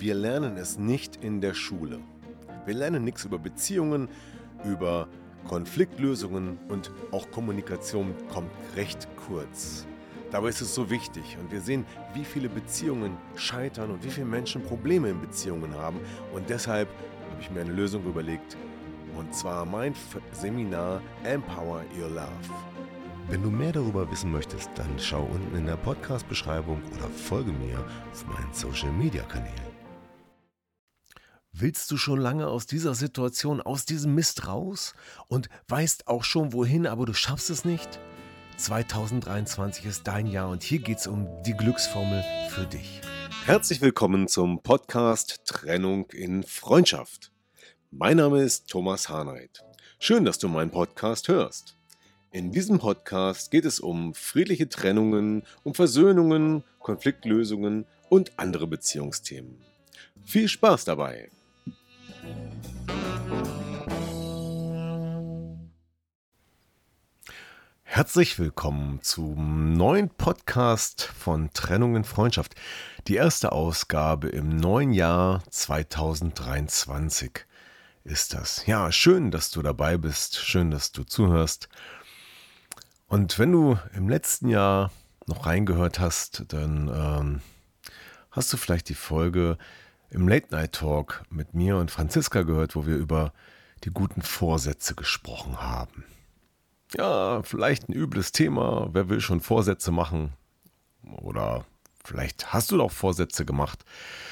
Wir lernen es nicht in der Schule. Wir lernen nichts über Beziehungen, über Konfliktlösungen und auch Kommunikation kommt recht kurz. Dabei ist es so wichtig und wir sehen, wie viele Beziehungen scheitern und wie viele Menschen Probleme in Beziehungen haben. Und deshalb habe ich mir eine Lösung überlegt, und zwar mein Seminar Empower Your Love. Wenn du mehr darüber wissen möchtest, dann schau unten in der Podcast-Beschreibung oder folge mir auf meinen Social-Media-Kanälen. Willst du schon lange aus dieser Situation, aus diesem Mist raus und weißt auch schon wohin, aber du schaffst es nicht? 2023 ist dein Jahr und hier geht es um die Glücksformel für dich. Herzlich willkommen zum Podcast Trennung in Freundschaft. Mein Name ist Thomas Harnight. Schön, dass du meinen Podcast hörst. In diesem Podcast geht es um friedliche Trennungen, um Versöhnungen, Konfliktlösungen und andere Beziehungsthemen. Viel Spaß dabei! Herzlich willkommen zum neuen Podcast von Trennung in Freundschaft. Die erste Ausgabe im neuen Jahr 2023 ist das. Ja, schön, dass du dabei bist, schön, dass du zuhörst. Und wenn du im letzten Jahr noch reingehört hast, dann hast du vielleicht die Folge im Late Night Talk mit mir und Franziska gehört, wo wir über die guten Vorsätze gesprochen haben. Ja, vielleicht ein übles Thema, wer will schon Vorsätze machen? Oder vielleicht hast du doch Vorsätze gemacht.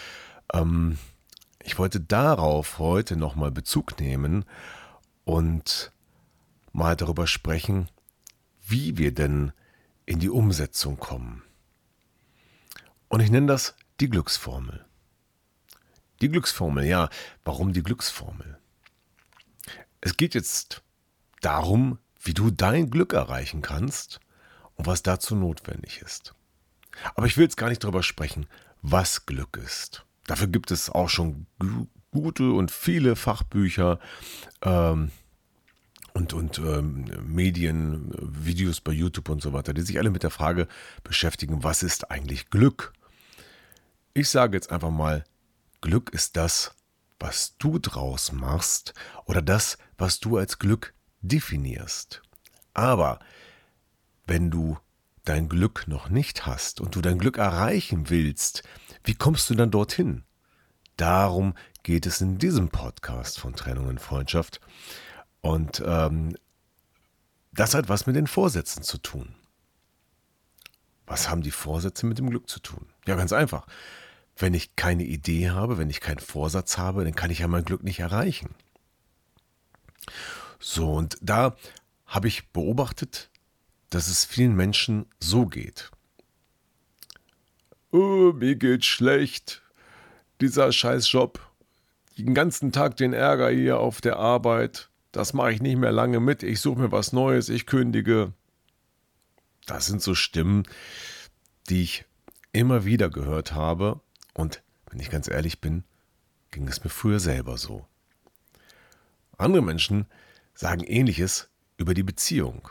Ich wollte darauf heute nochmal Bezug nehmen und mal darüber sprechen, wie wir denn in die Umsetzung kommen. Und ich nenne das die Glücksformel. Die Glücksformel, ja, warum die Glücksformel? Es geht jetzt darum, wie du dein Glück erreichen kannst und was dazu notwendig ist. Aber ich will jetzt gar nicht darüber sprechen, was Glück ist. Dafür gibt es auch schon gute und viele Fachbücher und Medien, Videos bei YouTube und so weiter, die sich alle mit der Frage beschäftigen, was ist eigentlich Glück? Ich sage jetzt einfach mal, Glück ist das, was du draus machst oder das, was du als Glück definierst. Aber wenn du dein Glück noch nicht hast und du dein Glück erreichen willst, wie kommst du dann dorthin? Darum geht es in diesem Podcast von Trennung in Freundschaft. Und das hat was mit den Vorsätzen zu tun. Was haben die Vorsätze mit dem Glück zu tun? Ja, ganz einfach. Wenn ich keine Idee habe, wenn ich keinen Vorsatz habe, dann kann ich ja mein Glück nicht erreichen. So, und da habe ich beobachtet, dass es vielen Menschen so geht. Oh, mir geht's schlecht. Dieser Scheißjob. Den ganzen Tag den Ärger hier auf der Arbeit. Das mache ich nicht mehr lange mit. Ich suche mir was Neues. Ich kündige. Das sind so Stimmen, die ich immer wieder gehört habe. Und wenn ich ganz ehrlich bin, ging es mir früher selber so. Andere Menschen sagen Ähnliches über die Beziehung.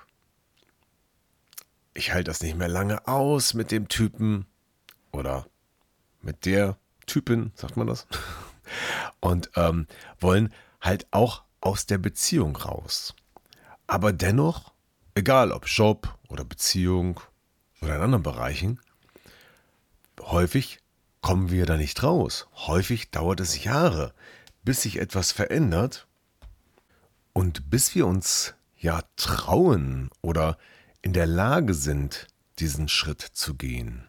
Ich halte das nicht mehr lange aus mit dem Typen oder mit der Typin, sagt man das? Und wollen halt auch aus der Beziehung raus. Aber dennoch, egal ob Job oder Beziehung oder in anderen Bereichen, häufig kommen wir da nicht raus. Häufig dauert es Jahre, bis sich etwas verändert und bis wir uns ja trauen oder in der Lage sind, diesen Schritt zu gehen.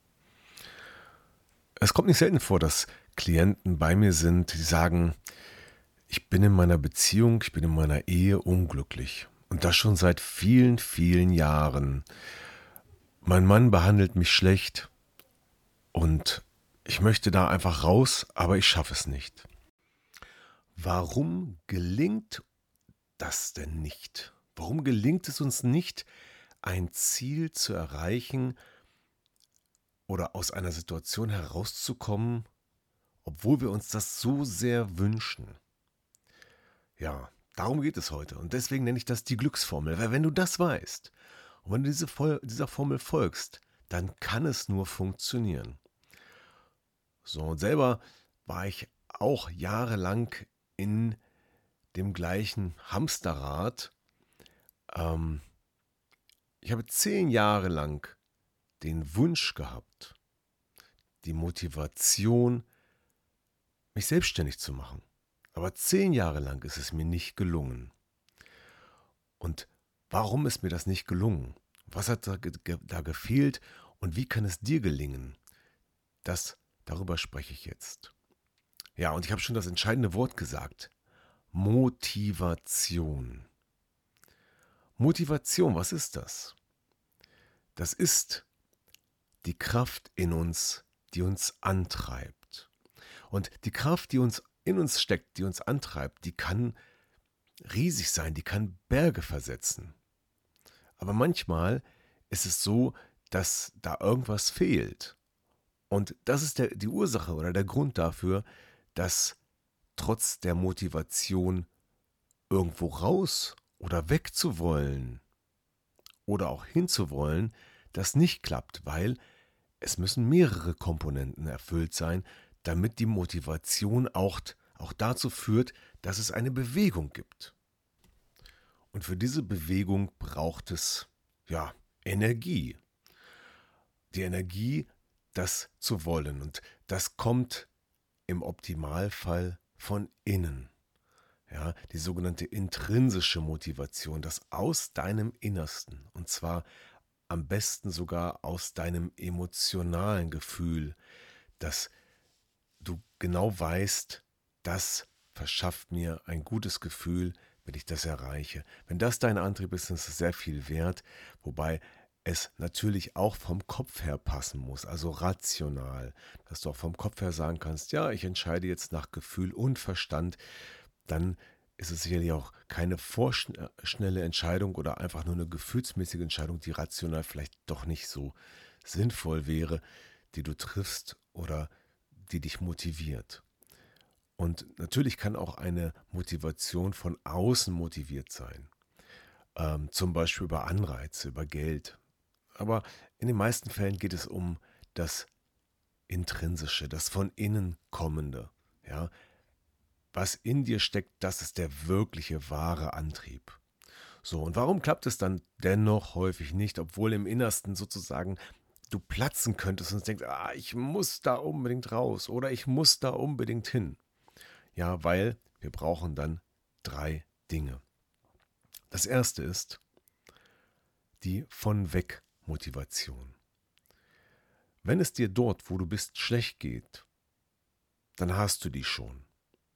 Es kommt nicht selten vor, dass Klienten bei mir sind, die sagen, ich bin in meiner Beziehung, ich bin in meiner Ehe unglücklich. Und das schon seit vielen, vielen Jahren. Mein Mann behandelt mich schlecht und ich möchte da einfach raus, aber ich schaffe es nicht. Warum gelingt das denn nicht? Warum gelingt es uns nicht, ein Ziel zu erreichen oder aus einer Situation herauszukommen, obwohl wir uns das so sehr wünschen? Ja, darum geht es heute und deswegen nenne ich das die Glücksformel, weil wenn du das weißt und wenn du dieser Formel folgst, dann kann es nur funktionieren. So, und selber war ich auch jahrelang in dem gleichen Hamsterrad. Ähm, Ich habe 10 Jahre lang den Wunsch gehabt, die Motivation, mich selbstständig zu machen. Aber 10 Jahre lang ist es mir nicht gelungen. Und warum ist mir das nicht gelungen? Was hat da gefehlt und wie kann es dir gelingen? Darüber spreche ich jetzt. Ja, und ich habe schon das entscheidende Wort gesagt. Motivation. Motivation, was ist das? Das ist die Kraft in uns, die uns antreibt. Und die Kraft, die uns in uns steckt, die uns antreibt, die kann riesig sein, die kann Berge versetzen. Aber manchmal ist es so, dass da irgendwas fehlt. Und das ist die Ursache oder der Grund dafür, dass trotz der Motivation irgendwo raus oder wegzuwollen oder auch hinzuwollen, das nicht klappt, weil es müssen mehrere Komponenten erfüllt sein, damit die Motivation auch dazu führt, dass es eine Bewegung gibt. Und für diese Bewegung braucht es Energie. Die Energie, das zu wollen. Und das kommt im Optimalfall von innen. Ja, die sogenannte intrinsische Motivation, das aus deinem Innersten, und zwar am besten sogar aus deinem emotionalen Gefühl, dass du genau weißt, das verschafft mir ein gutes Gefühl, wenn ich das erreiche. Wenn das dein Antrieb ist, ist es sehr viel wert, wobei es natürlich auch vom Kopf her passen muss, also rational, dass du auch vom Kopf her sagen kannst, ja, ich entscheide jetzt nach Gefühl und Verstand, dann ist es sicherlich auch keine vorschnelle Entscheidung oder einfach nur eine gefühlsmäßige Entscheidung, die rational vielleicht doch nicht so sinnvoll wäre, die du triffst oder die dich motiviert. Und natürlich kann auch eine Motivation von außen motiviert sein, zum Beispiel über Anreize, über Geld. Aber in den meisten Fällen geht es um das Intrinsische, das von innen kommende. Ja, was in dir steckt, das ist der wirkliche, wahre Antrieb. So, und warum klappt es dann dennoch häufig nicht, obwohl im Innersten sozusagen du platzen könntest und denkst, ich muss da unbedingt raus oder ich muss da unbedingt hin? Ja, weil wir brauchen dann 3 Dinge. Das erste ist die Von-Weg-Motivation. Wenn es dir dort, wo du bist, schlecht geht, dann hast du die schon.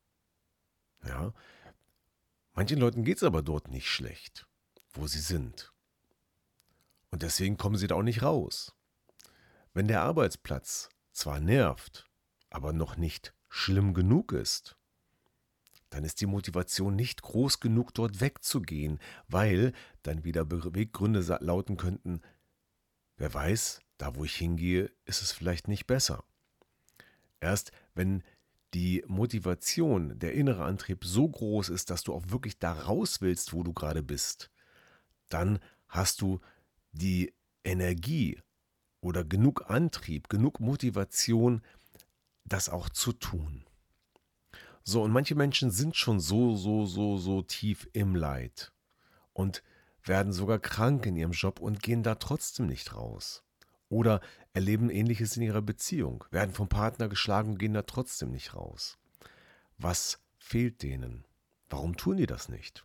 Ja, manchen Leuten geht es aber dort nicht schlecht, wo sie sind. Und deswegen kommen sie da auch nicht raus. Wenn der Arbeitsplatz zwar nervt, aber noch nicht schlimm genug ist, dann ist die Motivation nicht groß genug, dort wegzugehen, weil dann wieder Beweggründe lauten könnten, wer weiß, da wo ich hingehe, ist es vielleicht nicht besser. Erst wenn die Motivation, der innere Antrieb so groß ist, dass du auch wirklich da raus willst, wo du gerade bist, dann hast du die Energie oder genug Antrieb, genug Motivation, das auch zu tun. So, und manche Menschen sind schon so tief im Leid und werden sogar krank in ihrem Job und gehen da trotzdem nicht raus. Oder erleben Ähnliches in ihrer Beziehung, werden vom Partner geschlagen und gehen da trotzdem nicht raus. Was fehlt denen? Warum tun die das nicht?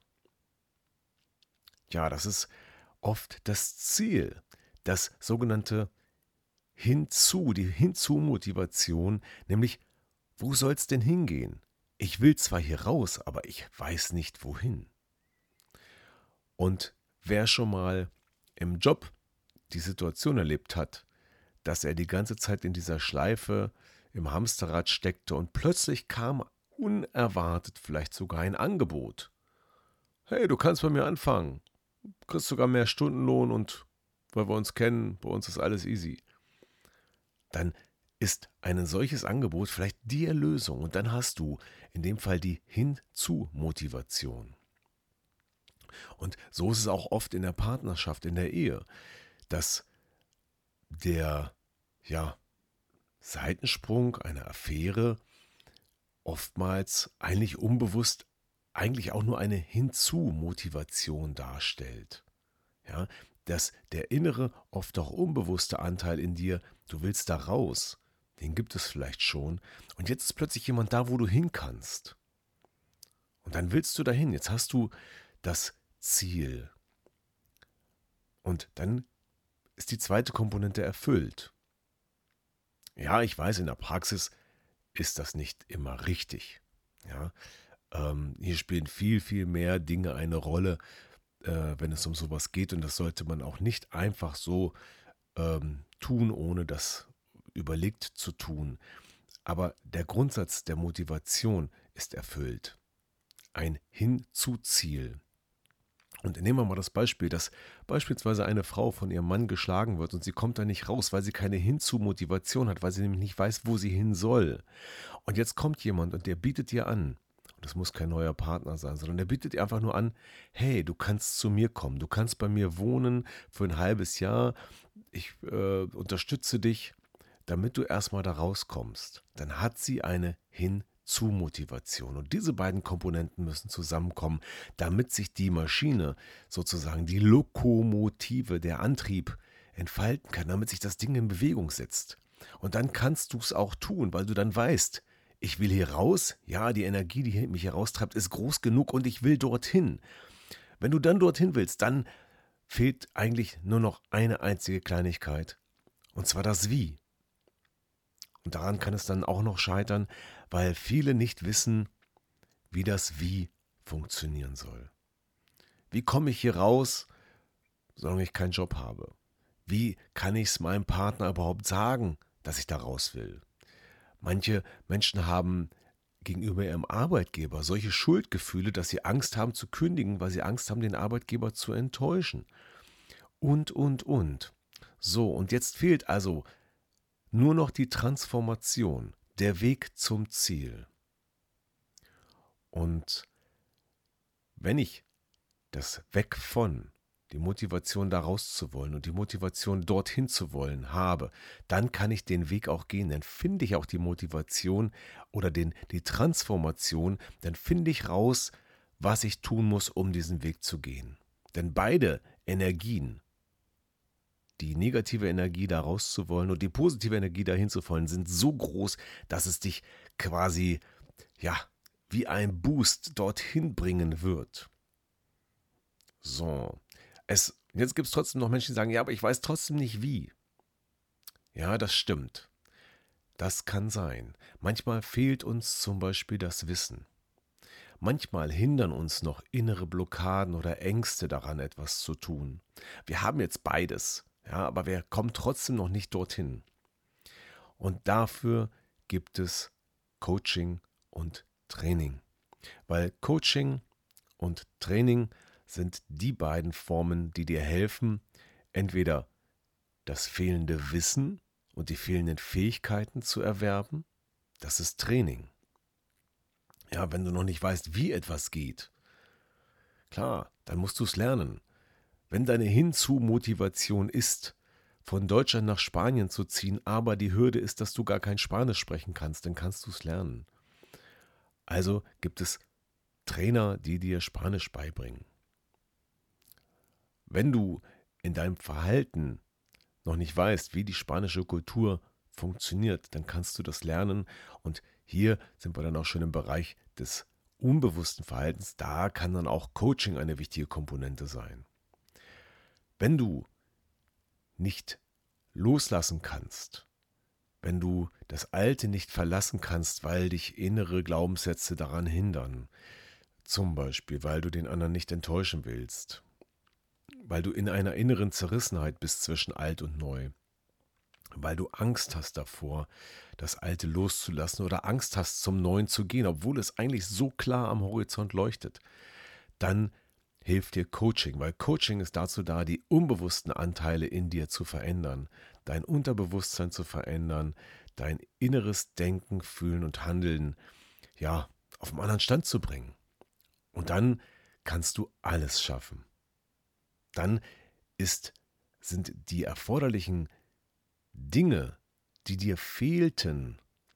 Ja, das ist oft das Ziel, das sogenannte die Hinzu-Motivation, nämlich, wo soll es denn hingehen? Ich will zwar hier raus, aber ich weiß nicht wohin. Und wer schon mal im Job die Situation erlebt hat, dass er die ganze Zeit in dieser Schleife im Hamsterrad steckte und plötzlich kam unerwartet vielleicht sogar ein Angebot. Hey, du kannst bei mir anfangen, kriegst sogar mehr Stundenlohn und weil wir uns kennen, bei uns ist alles easy. Dann ist ein solches Angebot vielleicht die Erlösung und dann hast du in dem Fall die Hinzu-Motivation. Und so ist es auch oft in der Partnerschaft, in der Ehe, dass der Seitensprung, eine Affäre, oftmals eigentlich unbewusst eigentlich auch nur eine Hinzu-Motivation darstellt. Ja, dass der innere, oft auch unbewusste Anteil in dir, du willst da raus, den gibt es vielleicht schon. Und jetzt ist plötzlich jemand da, wo du hin kannst. Und dann willst du dahin. Jetzt hast du das Ziel. Und dann ist die zweite Komponente erfüllt. Ja, ich weiß, in der Praxis ist das nicht immer richtig. Ja, hier spielen viel, viel mehr Dinge eine Rolle, wenn es um sowas geht. Und das sollte man auch nicht einfach so tun, ohne das überlegt zu tun. Aber der Grundsatz der Motivation ist erfüllt. Ein Hinzuziel. Und nehmen wir mal das Beispiel, dass beispielsweise eine Frau von ihrem Mann geschlagen wird und sie kommt da nicht raus, weil sie keine Hinzu-Motivation hat, weil sie nämlich nicht weiß, wo sie hin soll. Und jetzt kommt jemand und der bietet ihr an, und das muss kein neuer Partner sein, sondern der bietet ihr einfach nur an, hey, du kannst zu mir kommen, du kannst bei mir wohnen für ein halbes Jahr, ich unterstütze dich, damit du erstmal da rauskommst. Dann hat sie eine Hinzu-Motivation. Und diese beiden Komponenten müssen zusammenkommen, damit sich die Maschine, sozusagen die Lokomotive, der Antrieb, entfalten kann, damit sich das Ding in Bewegung setzt. Und dann kannst du es auch tun, weil du dann weißt, ich will hier raus, ja, die Energie, die mich hier raustreibt, ist groß genug und ich will dorthin. Wenn du dann dorthin willst, dann fehlt eigentlich nur noch eine einzige Kleinigkeit, und zwar das Wie. Und daran kann es dann auch noch scheitern, weil viele nicht wissen, wie das Wie funktionieren soll. Wie komme ich hier raus, solange ich keinen Job habe? Wie kann ich es meinem Partner überhaupt sagen, dass ich da raus will? Manche Menschen haben gegenüber ihrem Arbeitgeber solche Schuldgefühle, dass sie Angst haben zu kündigen, weil sie Angst haben, den Arbeitgeber zu enttäuschen. Und. So, und jetzt fehlt also nur noch die Transformation, der Weg zum Ziel. Und wenn ich das Weg von, die Motivation da rauszuwollen und die Motivation dorthin zu wollen habe, dann kann ich den Weg auch gehen. Dann finde ich auch die Motivation oder die Transformation, dann finde ich raus, was ich tun muss, um diesen Weg zu gehen. Denn beide Energien, die negative Energie da rauszuwollen und die positive Energie dahin zu wollen, sind so groß, dass es dich quasi, ja, wie ein Boost dorthin bringen wird. So, jetzt gibt es trotzdem noch Menschen, die sagen, ja, aber ich weiß trotzdem nicht wie. Ja, das stimmt. Das kann sein. Manchmal fehlt uns zum Beispiel das Wissen. Manchmal hindern uns noch innere Blockaden oder Ängste daran, etwas zu tun. Wir haben jetzt beides, ja, aber wir kommen trotzdem noch nicht dorthin. Und dafür gibt es Coaching und Training. Weil Coaching und Training sind die beiden Formen, die dir helfen, entweder das fehlende Wissen und die fehlenden Fähigkeiten zu erwerben. Das ist Training. Ja, wenn du noch nicht weißt, wie etwas geht, klar, dann musst du es lernen. Wenn deine Hinzu-Motivation ist, von Deutschland nach Spanien zu ziehen, aber die Hürde ist, dass du gar kein Spanisch sprechen kannst, dann kannst du es lernen. Also gibt es Trainer, die dir Spanisch beibringen. Wenn du in deinem Verhalten noch nicht weißt, wie die spanische Kultur funktioniert, dann kannst du das lernen. Und hier sind wir dann auch schon im Bereich des unbewussten Verhaltens. Da kann dann auch Coaching eine wichtige Komponente sein. Wenn du nicht loslassen kannst, wenn du das Alte nicht verlassen kannst, weil dich innere Glaubenssätze daran hindern, zum Beispiel, weil du den anderen nicht enttäuschen willst, weil du in einer inneren Zerrissenheit bist zwischen alt und neu, weil du Angst hast davor, das Alte loszulassen oder Angst hast, zum Neuen zu gehen, obwohl es eigentlich so klar am Horizont leuchtet, dann hilft dir Coaching, weil Coaching ist dazu da, die unbewussten Anteile in dir zu verändern, dein Unterbewusstsein zu verändern, dein inneres Denken, Fühlen und Handeln, ja, auf einen anderen Stand zu bringen. Und dann kannst du alles schaffen. Dann sind die erforderlichen Dinge, die dir fehlten,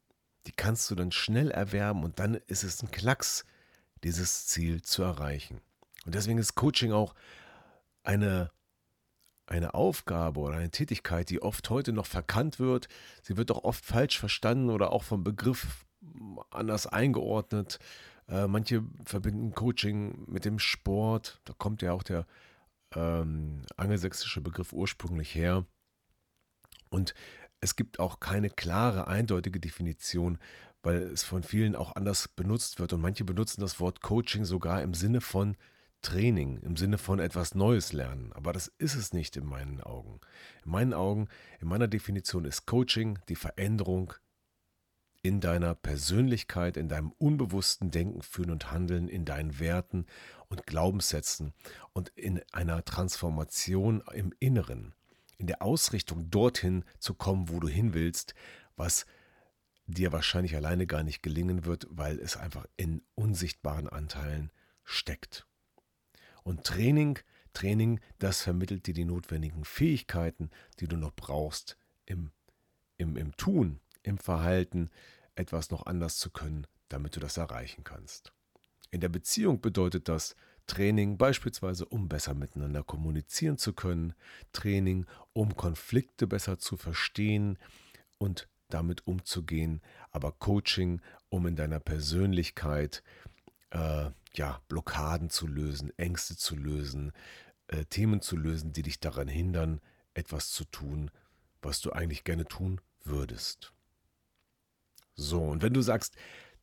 die kannst du dann schnell erwerben und dann ist es ein Klacks, dieses Ziel zu erreichen. Und deswegen ist Coaching auch eine Aufgabe oder eine Tätigkeit, die oft heute noch verkannt wird. Sie wird auch oft falsch verstanden oder auch vom Begriff anders eingeordnet. Manche verbinden Coaching mit dem Sport. Da kommt ja auch der angelsächsische Begriff ursprünglich her. Und es gibt auch keine klare, eindeutige Definition, weil es von vielen auch anders benutzt wird. Und manche benutzen das Wort Coaching sogar im Sinne von Training, im Sinne von etwas Neues lernen. Aber das ist es nicht in meinen Augen. In meinen Augen, in meiner Definition ist Coaching die Veränderung in deiner Persönlichkeit, in deinem unbewussten Denken, Fühlen und Handeln, in deinen Werten und Glaubenssätzen und in einer Transformation im Inneren, in der Ausrichtung dorthin zu kommen, wo du hin willst, was dir wahrscheinlich alleine gar nicht gelingen wird, weil es einfach in unsichtbaren Anteilen steckt. Und Training, das vermittelt dir die notwendigen Fähigkeiten, die du noch brauchst im Tun, im Verhalten, etwas noch anders zu können, damit du das erreichen kannst. In der Beziehung bedeutet das Training beispielsweise, um besser miteinander kommunizieren zu können, Training, um Konflikte besser zu verstehen und damit umzugehen, aber Coaching, um in deiner Persönlichkeit Blockaden zu lösen, Ängste zu lösen, Themen zu lösen, die dich daran hindern, etwas zu tun, was du eigentlich gerne tun würdest. So, und wenn du sagst,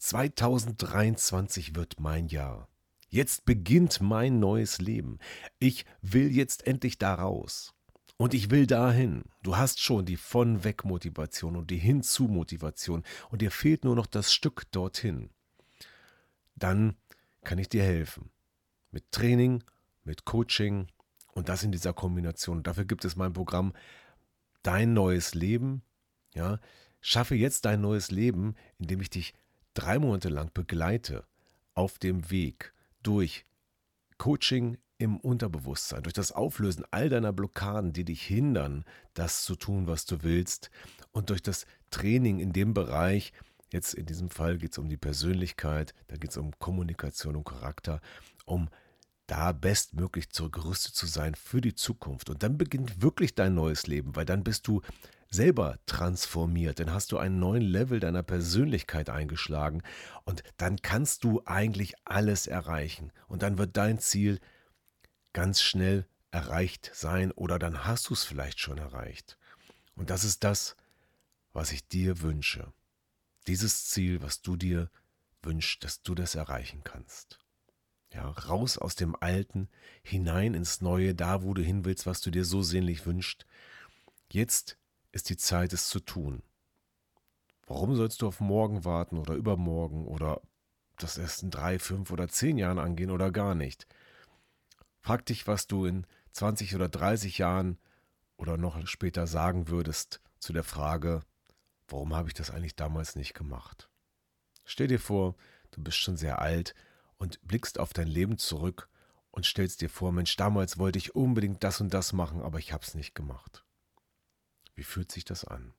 2023 wird mein Jahr, jetzt beginnt mein neues Leben, ich will jetzt endlich da raus und ich will dahin. Du hast schon die Von-Weg-Motivation und die Hinzu-Motivation und dir fehlt nur noch das Stück dorthin. Dann kann ich dir helfen. Mit Training, mit Coaching und das in dieser Kombination. Dafür gibt es mein Programm Dein neues Leben. Ja, schaffe jetzt dein neues Leben, indem ich dich 3 Monate lang begleite auf dem Weg durch Coaching im Unterbewusstsein, durch das Auflösen all deiner Blockaden, die dich hindern, das zu tun, was du willst, und durch das Training in dem Bereich. Jetzt in diesem Fall geht es um die Persönlichkeit, da geht es um Kommunikation und Charakter, um da bestmöglich gerüstet zu sein für die Zukunft. Und dann beginnt wirklich dein neues Leben, weil dann bist du selber transformiert, dann hast du einen neuen Level deiner Persönlichkeit eingeschlagen und dann kannst du eigentlich alles erreichen. Und dann wird dein Ziel ganz schnell erreicht sein oder dann hast du es vielleicht schon erreicht. Und das ist das, was ich dir wünsche. Dieses Ziel, was du dir wünschst, dass du das erreichen kannst. Ja, raus aus dem Alten, hinein ins Neue, da wo du hin willst, was du dir so sehnlich wünschst. Jetzt ist die Zeit, es zu tun. Warum sollst du auf morgen warten oder übermorgen oder das erst in 3, 5 oder 10 Jahren angehen oder gar nicht? Frag dich, was du in 20 oder 30 Jahren oder noch später sagen würdest zu der Frage, warum habe ich das eigentlich damals nicht gemacht? Stell dir vor, du bist schon sehr alt und blickst auf dein Leben zurück und stellst dir vor, Mensch, damals wollte ich unbedingt das und das machen, aber ich habe es nicht gemacht. Wie fühlt sich das an?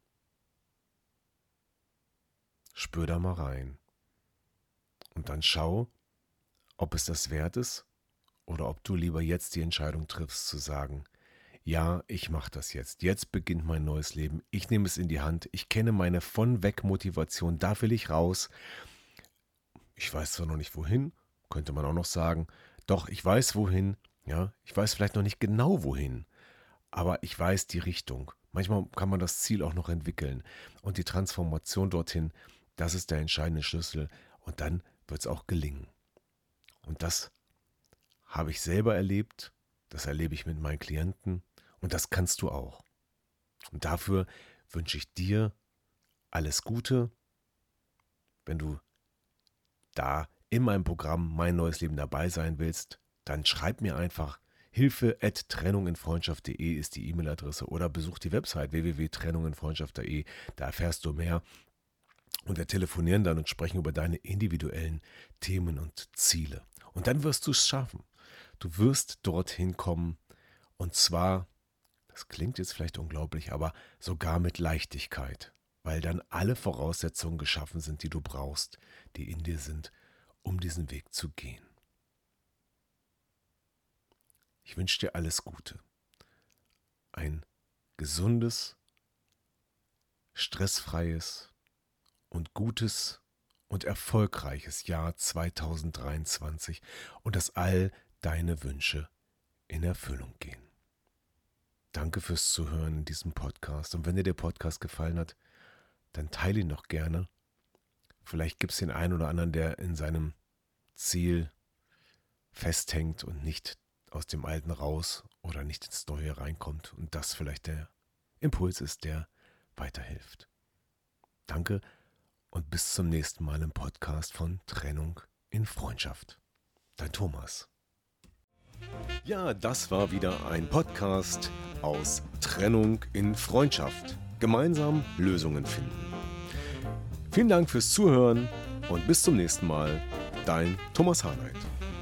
Spür da mal rein. Und dann schau, ob es das wert ist oder ob du lieber jetzt die Entscheidung triffst zu sagen, ja, ich mache das jetzt. Jetzt beginnt mein neues Leben. Ich nehme es in die Hand. Ich kenne meine Von-Weg-Motivation. Da will ich raus. Ich weiß zwar noch nicht wohin, könnte man auch noch sagen. Doch, ich weiß wohin. Ja, ich weiß vielleicht noch nicht genau wohin. Aber ich weiß die Richtung. Manchmal kann man das Ziel auch noch entwickeln. Und die Transformation dorthin, das ist der entscheidende Schlüssel. Und dann wird es auch gelingen. Und das habe ich selber erlebt. Das erlebe ich mit meinen Klienten. Und das kannst du auch. Und dafür wünsche ich dir alles Gute. Wenn du da in meinem Programm Mein neues Leben dabei sein willst, dann schreib mir einfach hilfe@trennunginfreundschaft.de ist die E-Mail-Adresse oder besuch die Website www.trennunginfreundschaft.de, da erfährst du mehr und wir telefonieren dann und sprechen über deine individuellen Themen und Ziele. Und dann wirst du es schaffen. Du wirst dorthin kommen und zwar, das klingt jetzt vielleicht unglaublich, aber sogar mit Leichtigkeit. weil dann alle Voraussetzungen geschaffen sind, die du brauchst, die in dir sind, um diesen Weg zu gehen. Ich wünsche dir alles Gute. Ein gesundes, stressfreies und gutes und erfolgreiches Jahr 2023 und dass all deine Wünsche in Erfüllung gehen. Danke fürs Zuhören in diesem Podcast. Und wenn dir der Podcast gefallen hat, dann teile ihn doch gerne. Vielleicht gibt es den einen oder anderen, der in seinem Ziel festhängt und nicht aus dem Alten raus oder nicht ins Neue reinkommt. Und das vielleicht der Impuls ist, der weiterhilft. Danke und bis zum nächsten Mal im Podcast von Trennung in Freundschaft. Dein Thomas. Ja, das war wieder ein Podcast aus Trennung in Freundschaft. Gemeinsam Lösungen finden. Vielen Dank fürs Zuhören und bis zum nächsten Mal. Dein Thomas Harnight.